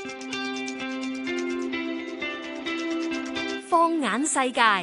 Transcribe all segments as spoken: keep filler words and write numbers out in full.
放眼世界，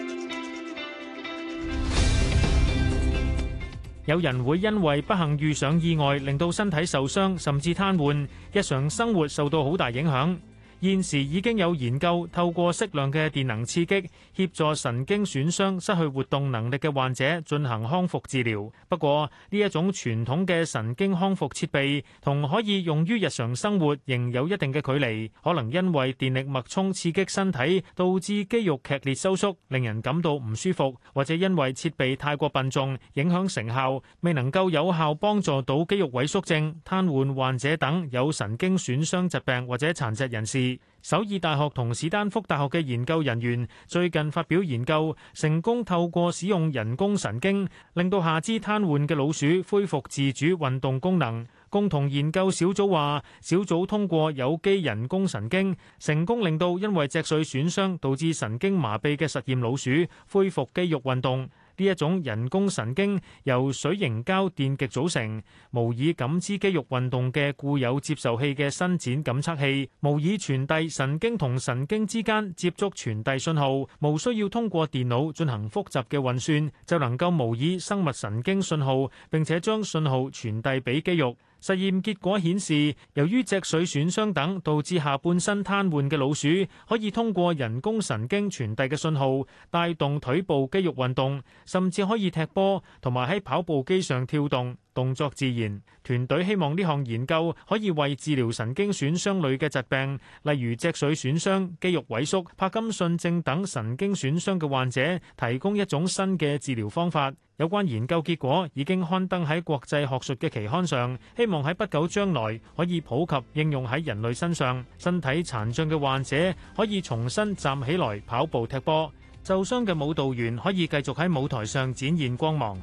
有人會因為不幸遇上意外，令到身體受傷，甚至癱瘓，日常生活受到好大影響。現時已經有研究透過適量嘅電能刺激，協助神經損傷、失去活動能力嘅患者進行康復治療。不過呢一種傳統嘅神經康復設備同可以用於日常生活仍有一定嘅距離，可能因為電力脈衝刺激身體，導致肌肉劇烈收縮，令人感到唔舒服，或者因為設備太過笨重，影響成效，未能夠有效幫助到肌肉萎縮症、癱瘓患者等有神經損傷疾病或者殘疾人士。首爾大學同史丹福大學嘅研究人員最近發表研究，成功透過使用人工神經，令到下肢癱瘓嘅老鼠恢復自主運動功能。共同研究小組話，小組通過有機人工神經，成功令到因為脊髓損傷導致神經麻痹嘅實驗老鼠恢復肌肉運動。呢一種人工神經由水凝膠電極組成，模擬感知肌肉運動嘅固有接受器嘅伸展感測器，模擬傳遞神經同神經之間接觸傳遞信號，無需要通過電腦進行複雜嘅運算，就能夠模擬生物神經信號，並且將信號傳遞俾肌肉。實驗結果顯示，由於脊髓損傷等導致下半身癱瘓嘅老鼠，可以通過人工神經傳遞嘅信號，帶動腿部肌肉運動，甚至可以踢波同埋喺跑步機上跳動，動作自然。團隊希望呢項研究可以為治療神經損傷類嘅疾病，例如脊髓損傷、肌肉萎縮、帕金遜症等神經損傷嘅患者，提供一種新嘅治療方法。有關研究結果已經刊登喺國際學術嘅期刊上，希望喺不久將來可以普及應用喺人類身上。身體殘障嘅患者可以重新站起來跑步踢波，受傷嘅舞蹈員可以繼續喺舞台上展現光芒。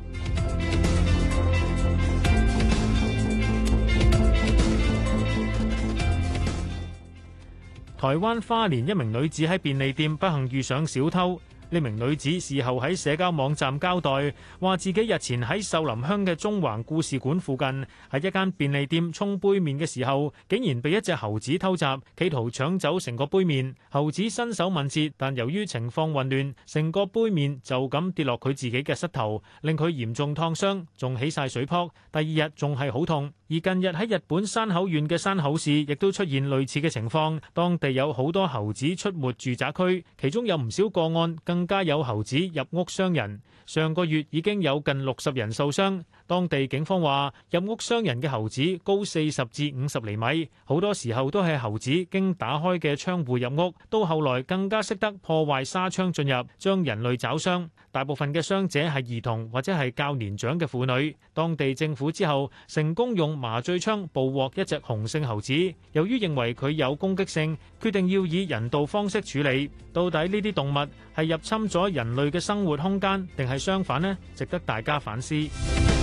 台灣花蓮一名女子喺便利店不幸遇上小偷。呢名女子事後喺社交網站交代，話自己日前喺秀林鄉嘅中環故事館附近，喺一間便利店沖杯麵嘅時候，竟然被一隻猴子偷襲，企圖搶走成個杯麵。猴子身手敏捷，但由於情況混亂，成個杯麵就咁跌落佢自己嘅膝頭，令佢嚴重燙傷，仲起晒水泡。第二日仲係好痛。而近日喺日本山口縣嘅山口市，亦都出現類似嘅情況，當地有好多猴子出沒住宅區，其中有唔少個案更加有猴子入屋傷人。上個月已經有近六十人受傷。當地警方話，入屋傷人嘅猴子高四十至五十厘米，好多時候都係猴子經打開嘅窗戶入屋，到後來更加識得破壞紗窗進入，將人類抓傷。大部分嘅傷者係兒童或者係較年長嘅婦女。當地政府之後成功用麻醉槍捕獲一隻雄性猴子，由於認為佢有攻擊性，決定要以人道方式處理。到底呢啲動物係入侵咗人類嘅生活空間，定係相反呢？值得大家反思。